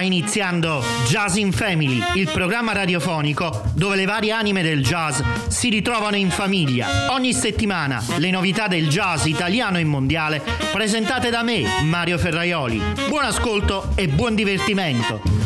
Sta iniziando Jazz in Family, il programma radiofonico dove le varie anime del jazz si ritrovano in famiglia. Ogni settimana le novità del jazz italiano e mondiale presentate da me, Mario Ferraioli. Buon ascolto e buon divertimento.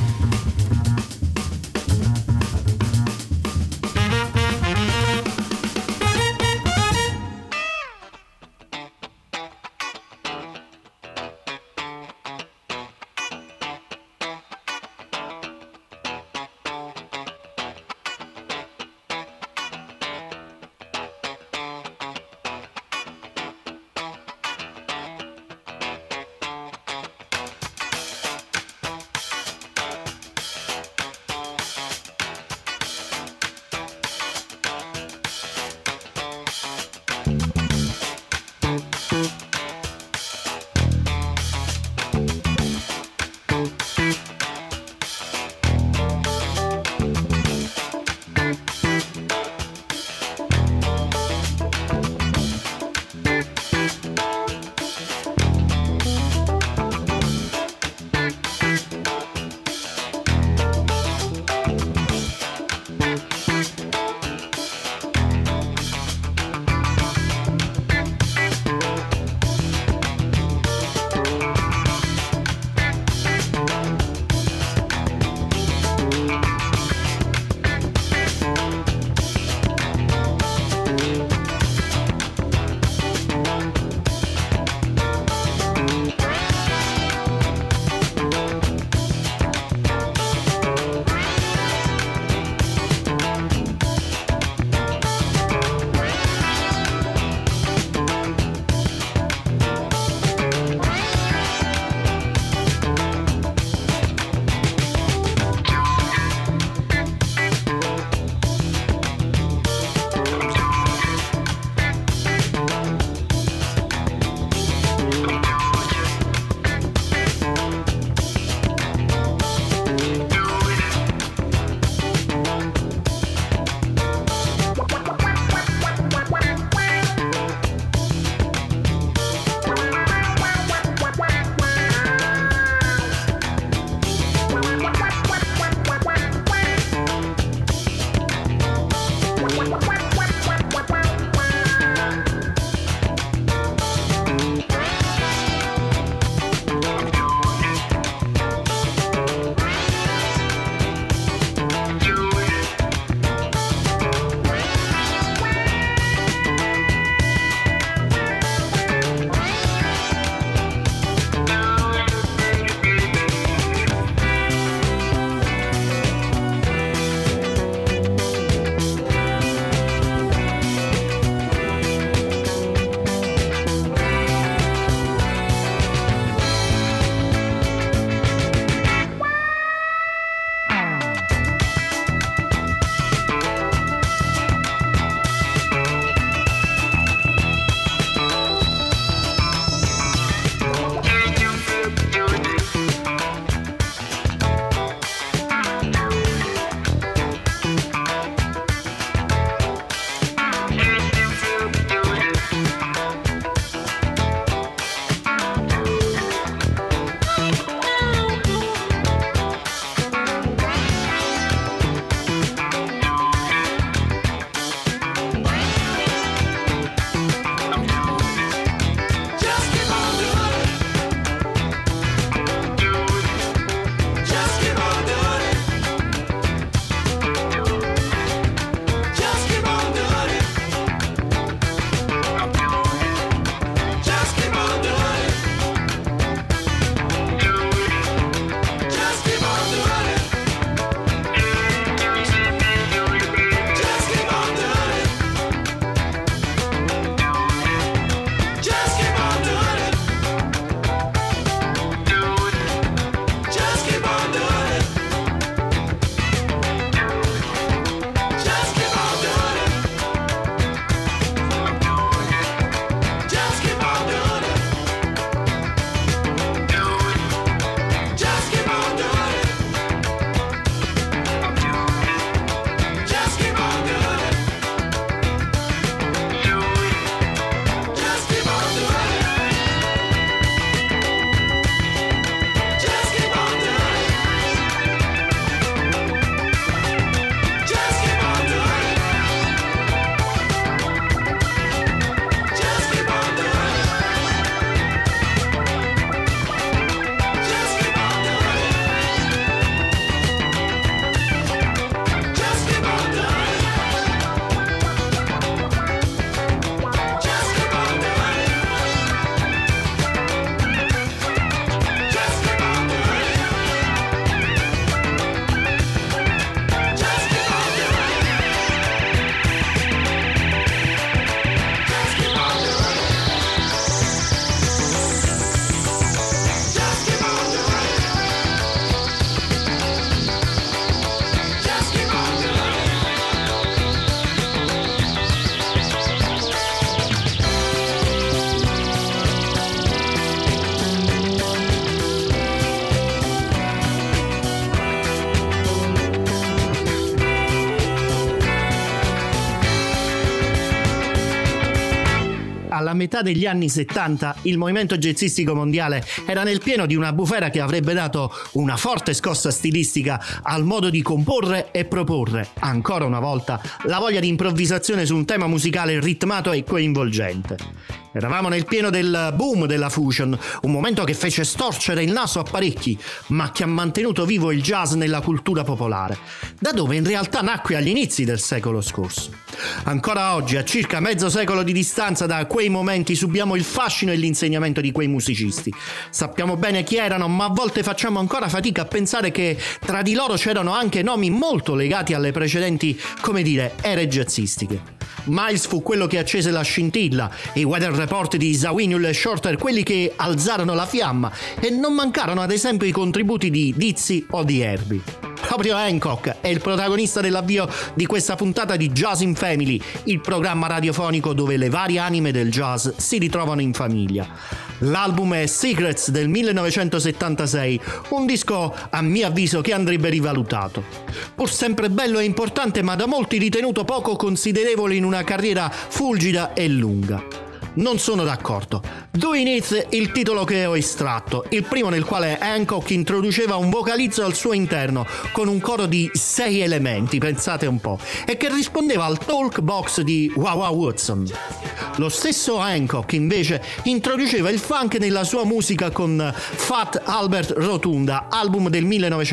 metà degli anni 70 il movimento jazzistico mondiale era nel pieno di una bufera che avrebbe dato una forte scossa stilistica al modo di comporre e proporre, ancora una volta, la voglia di improvvisazione su un tema musicale ritmato e coinvolgente. Eravamo nel pieno del boom della fusion, un momento che fece storcere il naso a parecchi, ma che ha mantenuto vivo il jazz nella cultura popolare, da dove in realtà nacque agli inizi del secolo scorso. Ancora oggi, a circa mezzo secolo di distanza da quei momenti, subiamo il fascino e l'insegnamento di quei musicisti. Sappiamo bene chi erano, ma a volte facciamo ancora fatica a pensare che tra di loro c'erano anche nomi molto legati alle precedenti, ere jazzistiche. Miles fu quello che accese la scintilla, i Weather Report di Zawinul e Shorter quelli che alzarono la fiamma, e non mancarono ad esempio i contributi di Dizzy o di Herbie. Proprio Hancock è il protagonista dell'avvio di questa puntata di Jazz in Family, il programma radiofonico dove le varie anime del jazz si ritrovano in famiglia. L'album è Secrets del 1976, un disco a mio avviso che andrebbe rivalutato. Pur sempre bello e importante, ma da molti ritenuto poco considerevole in una carriera fulgida e lunga. Non sono d'accordo. Doing It, il titolo che ho estratto, il primo nel quale Hancock introduceva un vocalizzo al suo interno con un coro di 6 elementi, pensate un po', e che rispondeva al talk box di Wawa Watson. Lo stesso Hancock invece introduceva il funk nella sua musica con Fat Albert Rotunda, album del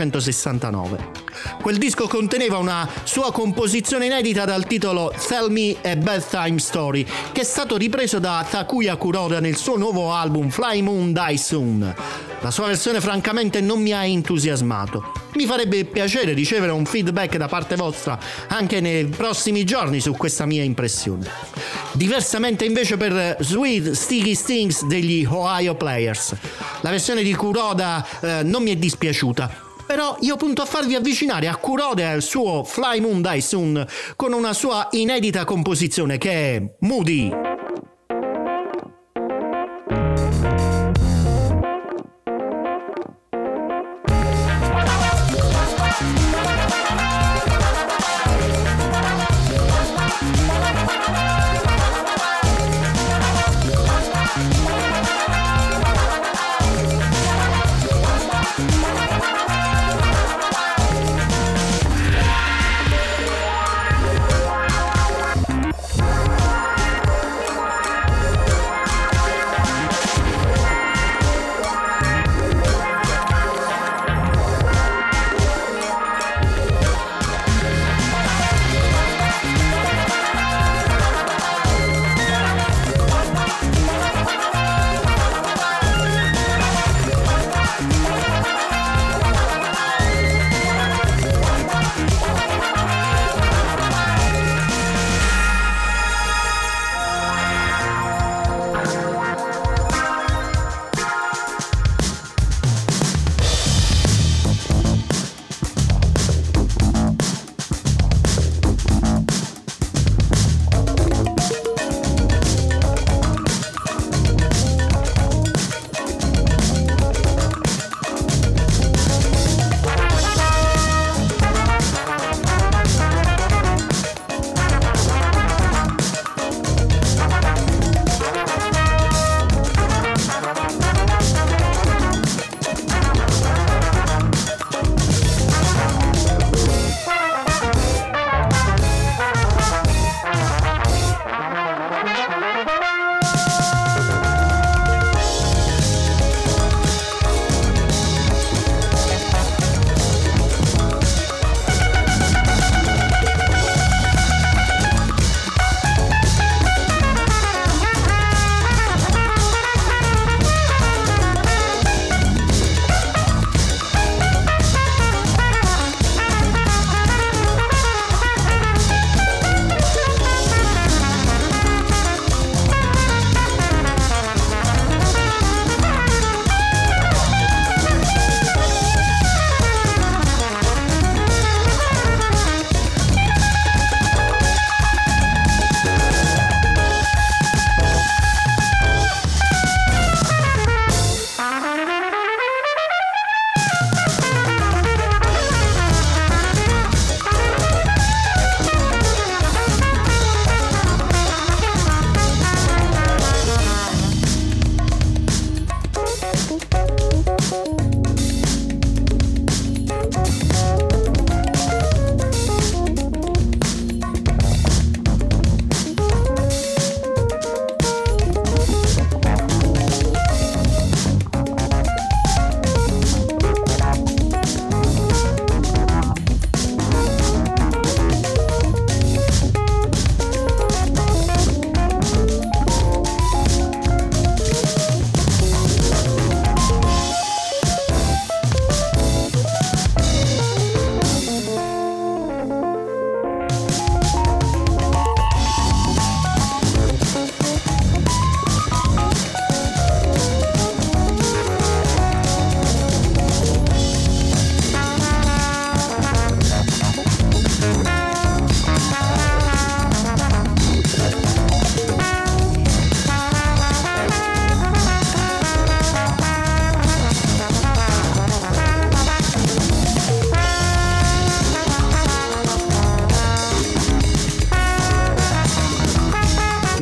1969. Quel disco conteneva una sua composizione inedita dal titolo Tell Me a Bedtime Story, che è stato ripreso da Takuya Kuroda nel suo nuovo album Fly Moon Die Soon. La sua versione francamente non mi ha entusiasmato. Mi farebbe piacere ricevere un feedback da parte vostra anche nei prossimi giorni su questa mia impressione. Diversamente invece per Sweet Sticky Stings degli Ohio Players. La versione di Kuroda non mi è dispiaciuta. Però io punto a farvi avvicinare a Kuroda e al suo Fly Moon Die Soon con una sua inedita composizione che è Moody.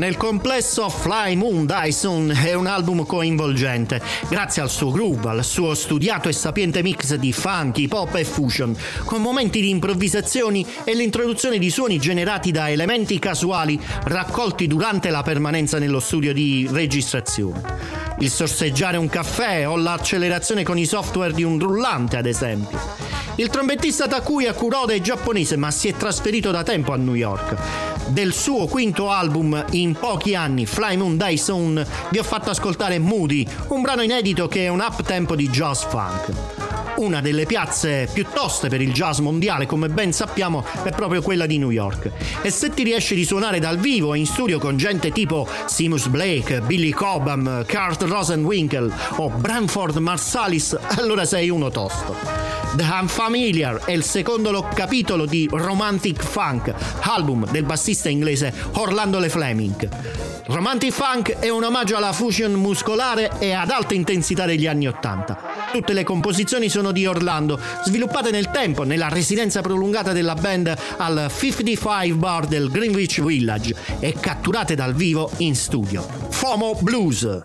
Nel complesso Fly Moon Dyson è un album coinvolgente, grazie al suo groove, al suo studiato e sapiente mix di funky, pop e fusion, con momenti di improvvisazioni e l'introduzione di suoni generati da elementi casuali raccolti durante la permanenza nello studio di registrazione. Il sorseggiare un caffè o l'accelerazione con i software di un rullante, ad esempio. Il trombettista Takuya Kuroda è giapponese, ma si è trasferito da tempo a New York. Del suo quinto album in pochi anni, Fly Moon Dyson, vi ho fatto ascoltare Moody, un brano inedito che è un up-tempo di jazz funk. Una delle piazze più toste per il jazz mondiale, come ben sappiamo, è proprio quella di New York. E se ti riesci di suonare dal vivo in studio con gente tipo Seamus Blake, Billy Cobham, Kurt Rosenwinkel o Branford Marsalis, allora sei uno tosto. The Unfamiliar è il secondo capitolo di Romantic Funk, album del bassista inglese Orlando Le Fleming. Romantic Funk è un omaggio alla fusion muscolare e ad alta intensità degli anni '80. Tutte le composizioni sono di Orlando, sviluppate nel tempo nella residenza prolungata della band al 55 Bar del Greenwich Village e catturate dal vivo in studio. FOMO Blues.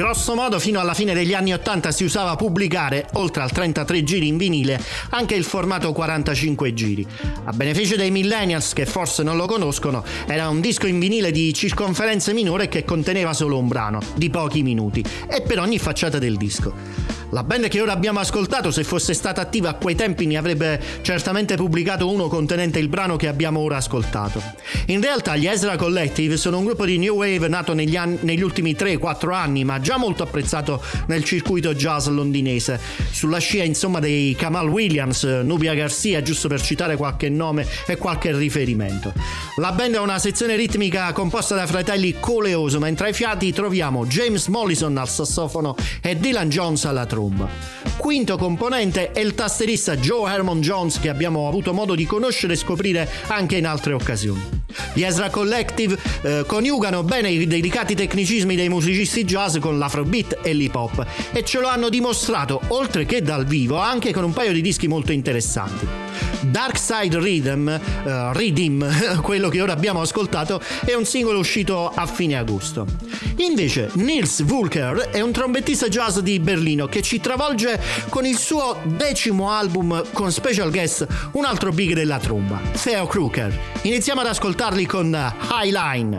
Grosso modo fino alla fine degli anni 80 si usava pubblicare, oltre al 33 giri in vinile, anche il formato 45 giri. A beneficio dei millennials che forse non lo conoscono, era un disco in vinile di circonferenza minore che conteneva solo un brano, di pochi minuti, e per ogni facciata del disco. La band che ora abbiamo ascoltato, se fosse stata attiva a quei tempi, ne avrebbe certamente pubblicato uno contenente il brano che abbiamo ora ascoltato. In realtà gli Ezra Collective sono un gruppo di new wave nato negli ultimi 3-4 anni, ma già molto apprezzato nel circuito jazz londinese, sulla scia insomma dei Kamal Williams, Nubia Garcia, giusto per citare qualche nome e qualche riferimento. La band ha una sezione ritmica composta da fratelli Coleoso, mentre ai fiati troviamo James Mollison al sassofono e Dylan Jones alla tromba. Quinto componente è il tastierista Joe Herman Jones, che abbiamo avuto modo di conoscere e scoprire anche in altre occasioni. Gli Ezra Collective coniugano bene i delicati tecnicismi dei musicisti jazz con l'afrobeat e l'hip hop, e ce lo hanno dimostrato, oltre che dal vivo, anche con un paio di dischi molto interessanti. Dark Side Rhythm, quello che ora abbiamo ascoltato, è un singolo uscito a fine agosto. Invece Nils Vulker è un trombettista jazz di Berlino che ci travolge con il suo 10° album con special guest, un altro big della tromba, Theo Kruker. Iniziamo ad ascoltarli con Highline.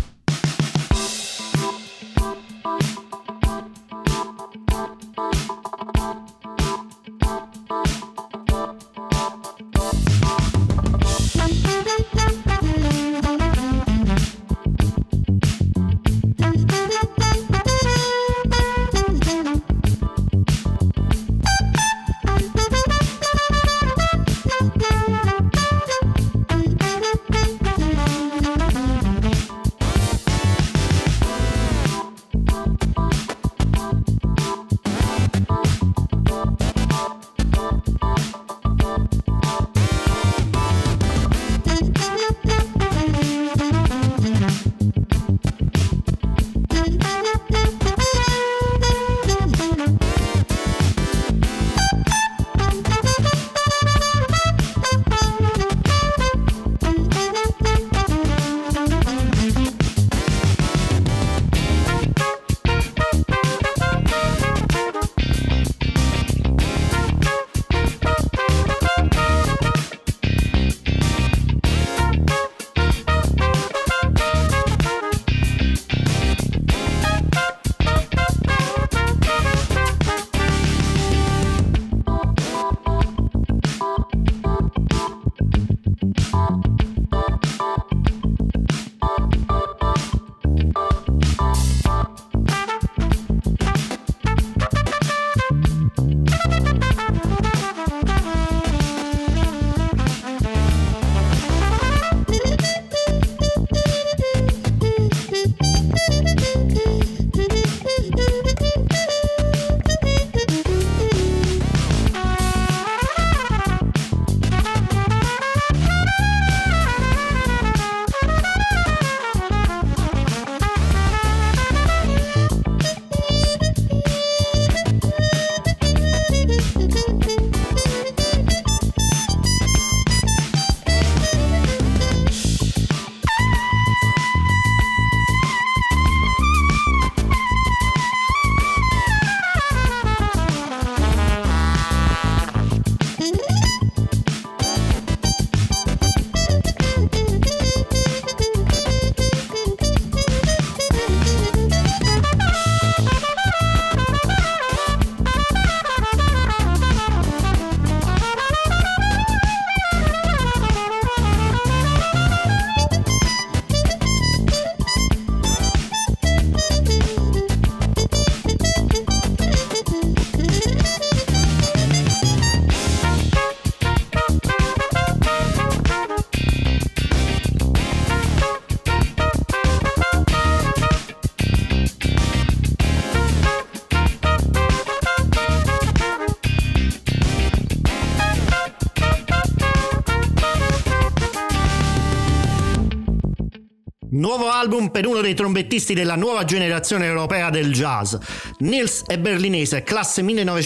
Nuovo album per uno dei trombettisti della nuova generazione europea del jazz. Nils è berlinese, classe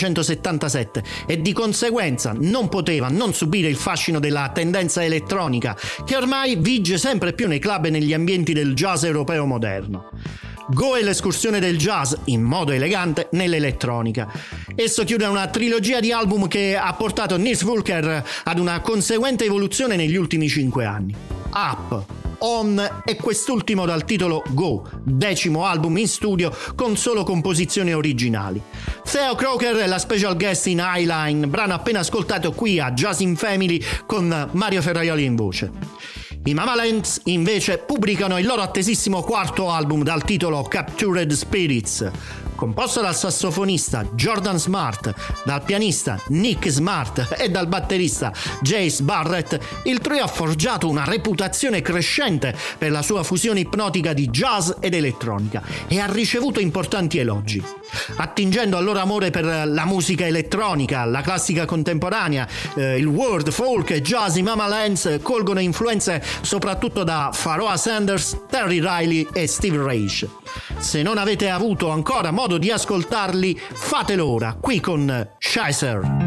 1977, e di conseguenza non poteva non subire il fascino della tendenza elettronica che ormai vige sempre più nei club e negli ambienti del jazz europeo moderno. Go è l'escursione del jazz, in modo elegante, nell'elettronica. Esso chiude una trilogia di album che ha portato Nils Volker ad una conseguente evoluzione negli ultimi 5 anni. Up, On e quest'ultimo dal titolo Go, 10° album in studio con solo composizioni originali. Theo Croker è la special guest in Highline, brano appena ascoltato qui a Jazz in Family con Mario Ferraioli in voce. I Mama Lands invece pubblicano il loro attesissimo 4º album dal titolo Captured Spirits. Composto dal sassofonista Jordan Smart, dal pianista Nick Smart e dal batterista Jace Barrett, il trio ha forgiato una reputazione crescente per la sua fusione ipnotica di jazz ed elettronica e ha ricevuto importanti elogi. Attingendo al loro amore per la musica elettronica, la classica contemporanea, il world, folk e jazz, i Mama Lands colgono influenze soprattutto da Pharoah Sanders, Terry Riley e Steve Reich. Se non avete avuto ancora modo di ascoltarli, fatelo ora, qui con Chaser.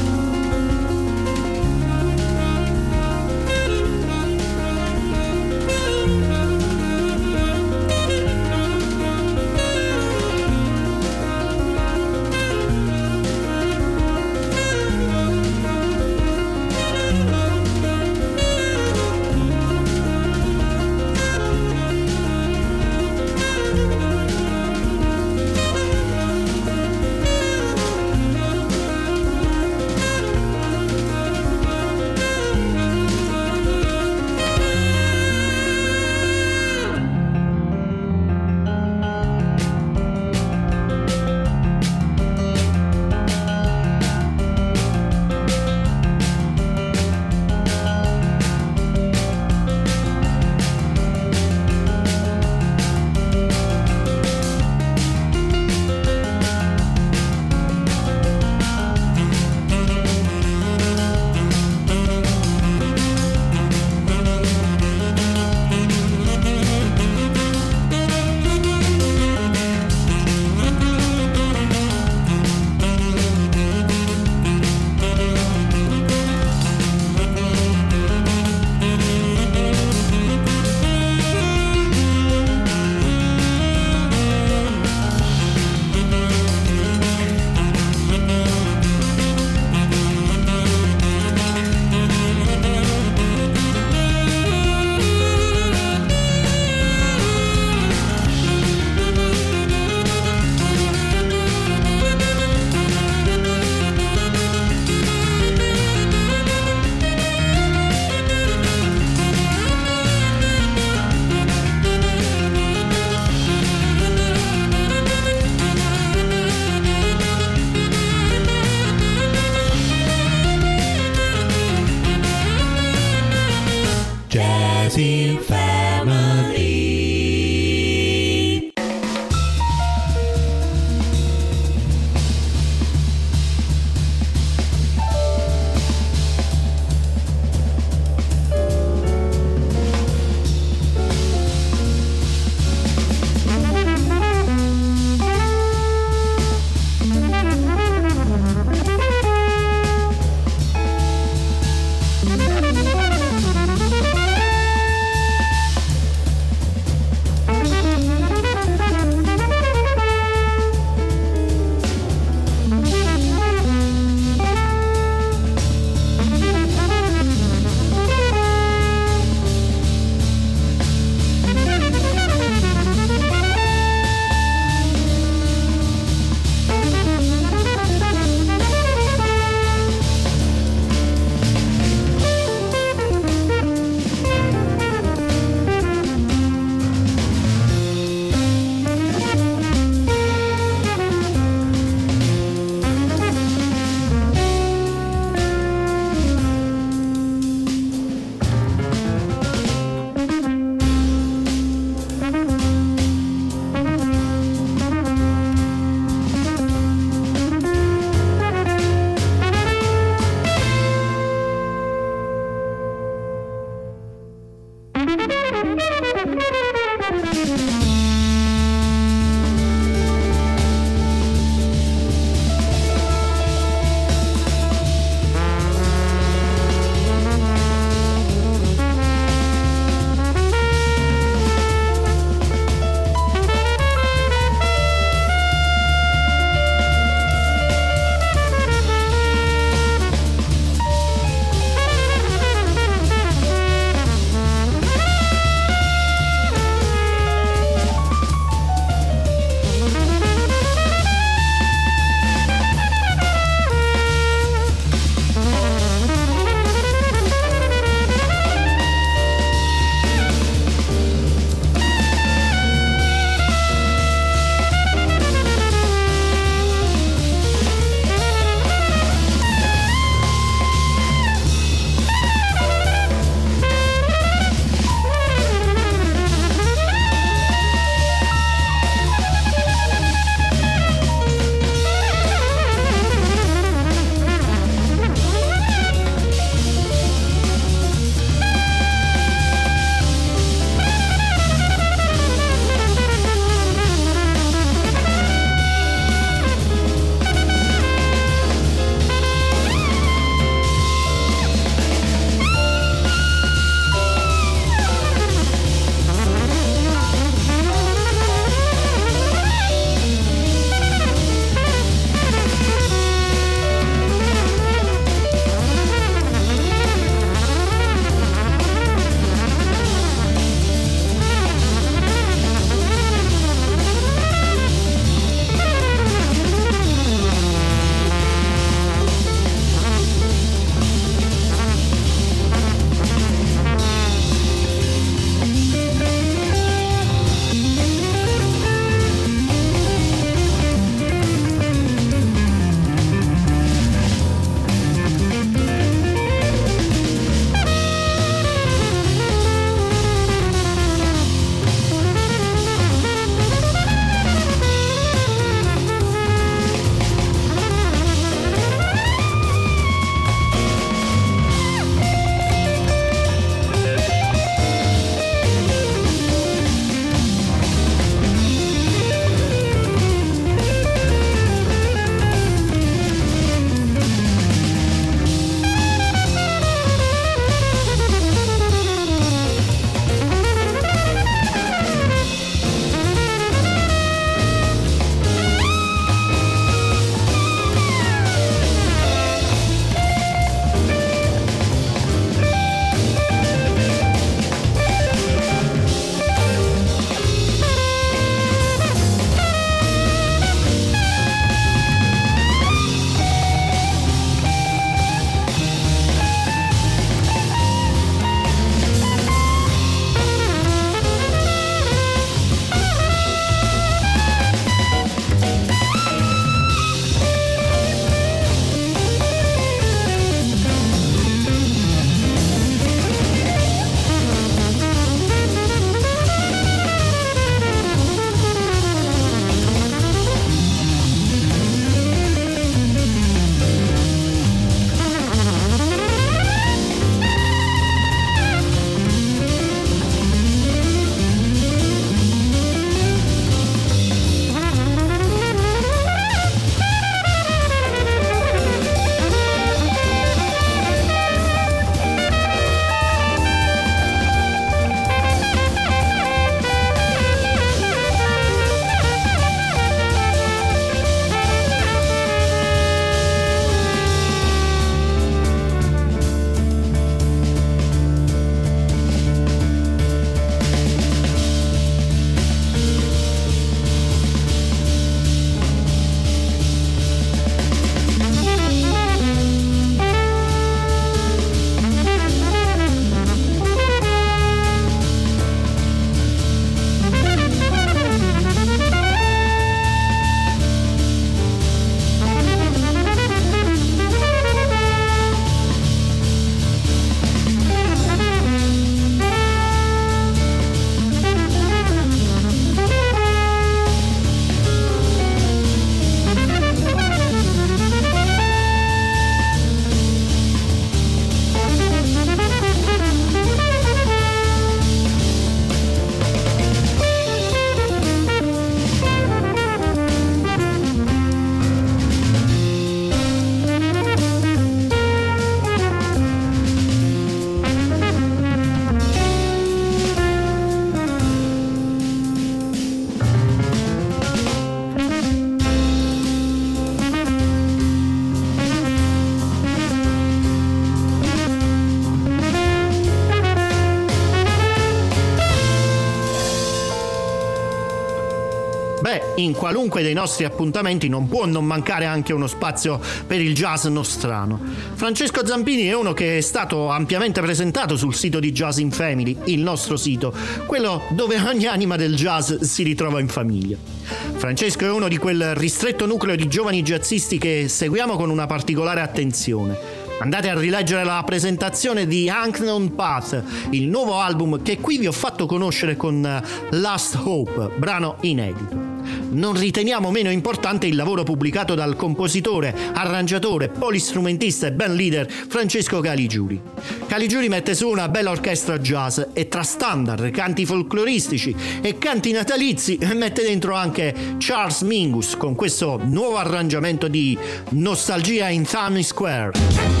Beh, in qualunque dei nostri appuntamenti non può non mancare anche uno spazio per il jazz nostrano. Francesco Zampini è uno che è stato ampiamente presentato sul sito di Jazz in Family, il nostro sito, quello dove ogni anima del jazz si ritrova in famiglia. Francesco è uno di quel ristretto nucleo di giovani jazzisti che seguiamo con una particolare attenzione. Andate a rileggere la presentazione di Unknown Path, il nuovo album che qui vi ho fatto conoscere con Last Hope, brano inedito. Non riteniamo meno importante il lavoro pubblicato dal compositore, arrangiatore, polistrumentista e band leader Francesco Caligiuri. Caligiuri mette su una bella orchestra jazz e tra standard, canti folcloristici e canti natalizi mette dentro anche Charles Mingus con questo nuovo arrangiamento di Nostalgia in Times Square.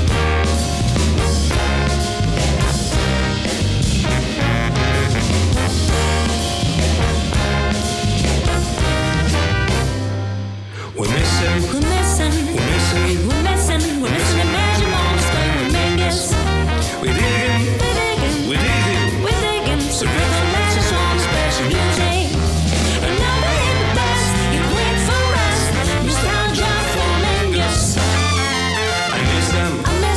I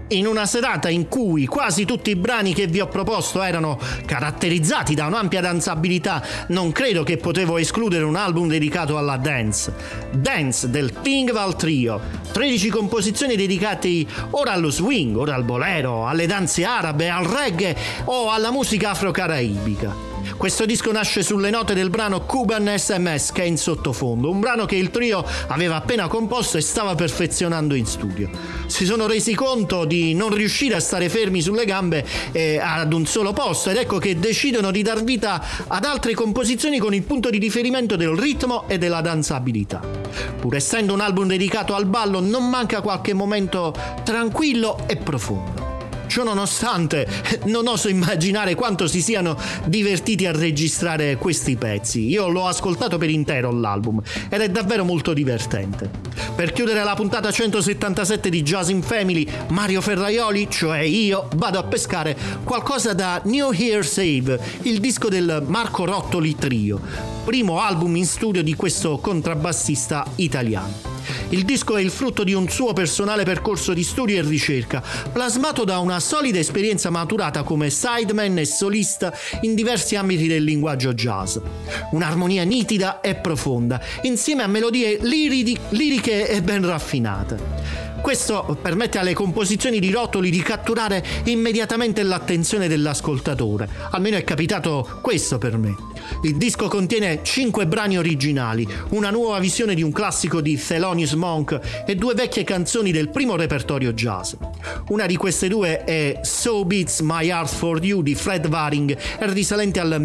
In una serata in cui quasi tutti i brani che vi ho proposto erano caratterizzati da un'ampia danzabilità, non credo che potevo escludere un album dedicato alla dance. Dance del Thingval Trio. 13 composizioni dedicate ora allo swing, ora al bolero, alle danze arabe, al reggae o alla musica afro-caraibica. Questo disco nasce sulle note del brano Cuban SMS che è in sottofondo, un brano che il trio aveva appena composto e stava perfezionando in studio. Si sono resi conto di non riuscire a stare fermi sulle gambe ad un solo posto ed ecco che decidono di dar vita ad altre composizioni con il punto di riferimento del ritmo e della danzabilità. Pur essendo un album dedicato al ballo, non manca qualche momento tranquillo e profondo. Ciò nonostante, non oso immaginare quanto si siano divertiti a registrare questi pezzi. Io l'ho ascoltato per intero l'album ed è davvero molto divertente. Per chiudere la puntata 177 di Jazz in Family, Mario Ferraioli, cioè io, vado a pescare qualcosa da New Year's Eve, il disco del Marco Rottoli Trio, primo album in studio di questo contrabbassista italiano. Il disco è il frutto di un suo personale percorso di studio e ricerca, plasmato da una solida esperienza maturata come sideman e solista in diversi ambiti del linguaggio jazz. Un'armonia nitida e profonda, insieme a melodie liriche e ben raffinate. Questo permette alle composizioni di Rottoli di catturare immediatamente l'attenzione dell'ascoltatore. Almeno è capitato questo per me. Il disco contiene 5 brani originali, una nuova visione di un classico di Thelonious Monk e 2 vecchie canzoni del primo repertorio jazz. Una di queste 2 è So Beats My Heart For You di Fred Waring, risalente al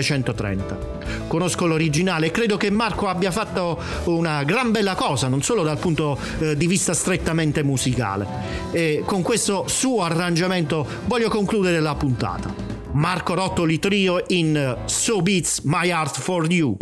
1930. Conosco l'originale e credo che Marco abbia fatto una gran bella cosa, non solo dal punto di vista strettamente musicale. E con questo suo arrangiamento voglio concludere la puntata. Marco Rottoli Trio in So Beats My Heart For You.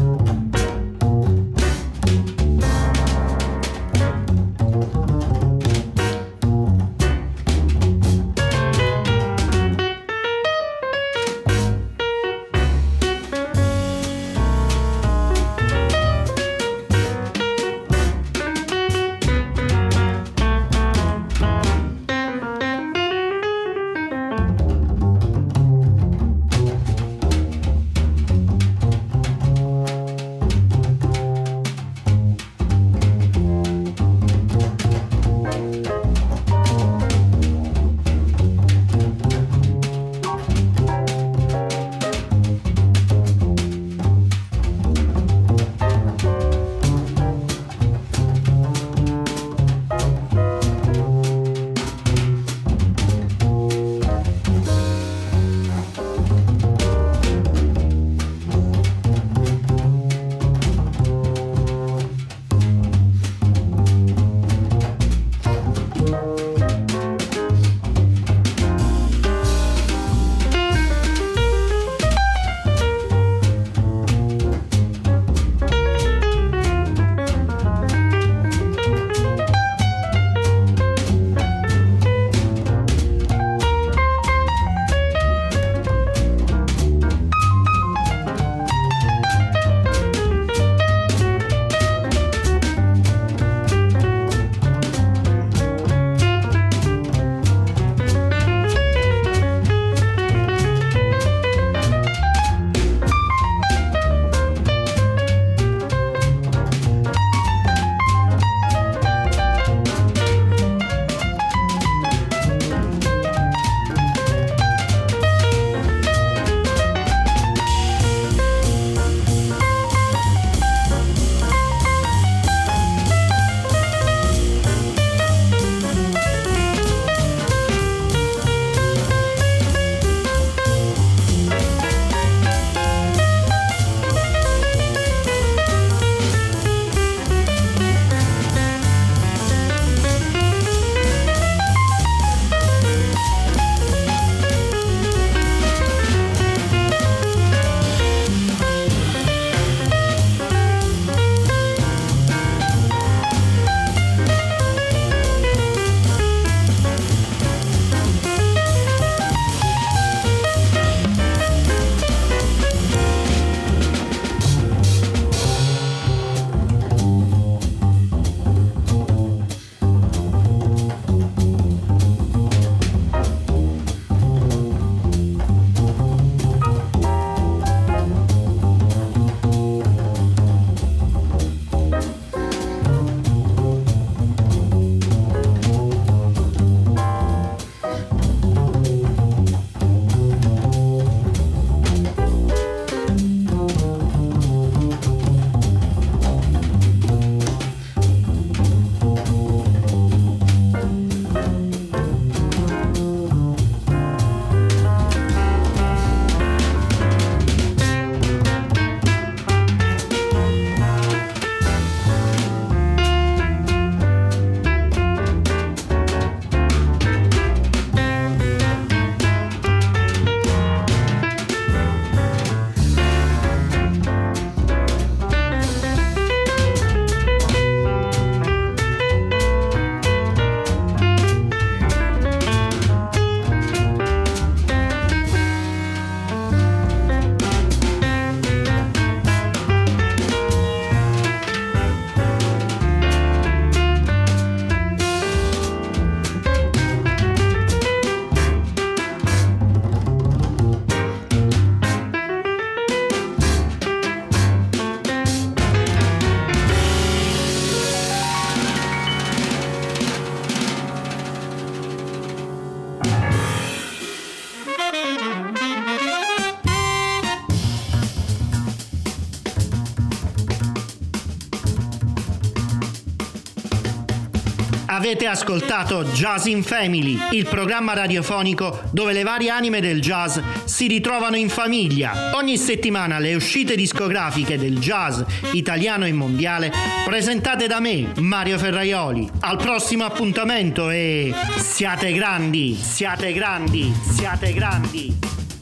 Avete ascoltato Jazz in Family, il programma radiofonico dove le varie anime del jazz si ritrovano in famiglia. Ogni settimana le uscite discografiche del jazz italiano e mondiale presentate da me, Mario Ferraioli. Al prossimo appuntamento e siate grandi, siate grandi, siate grandi.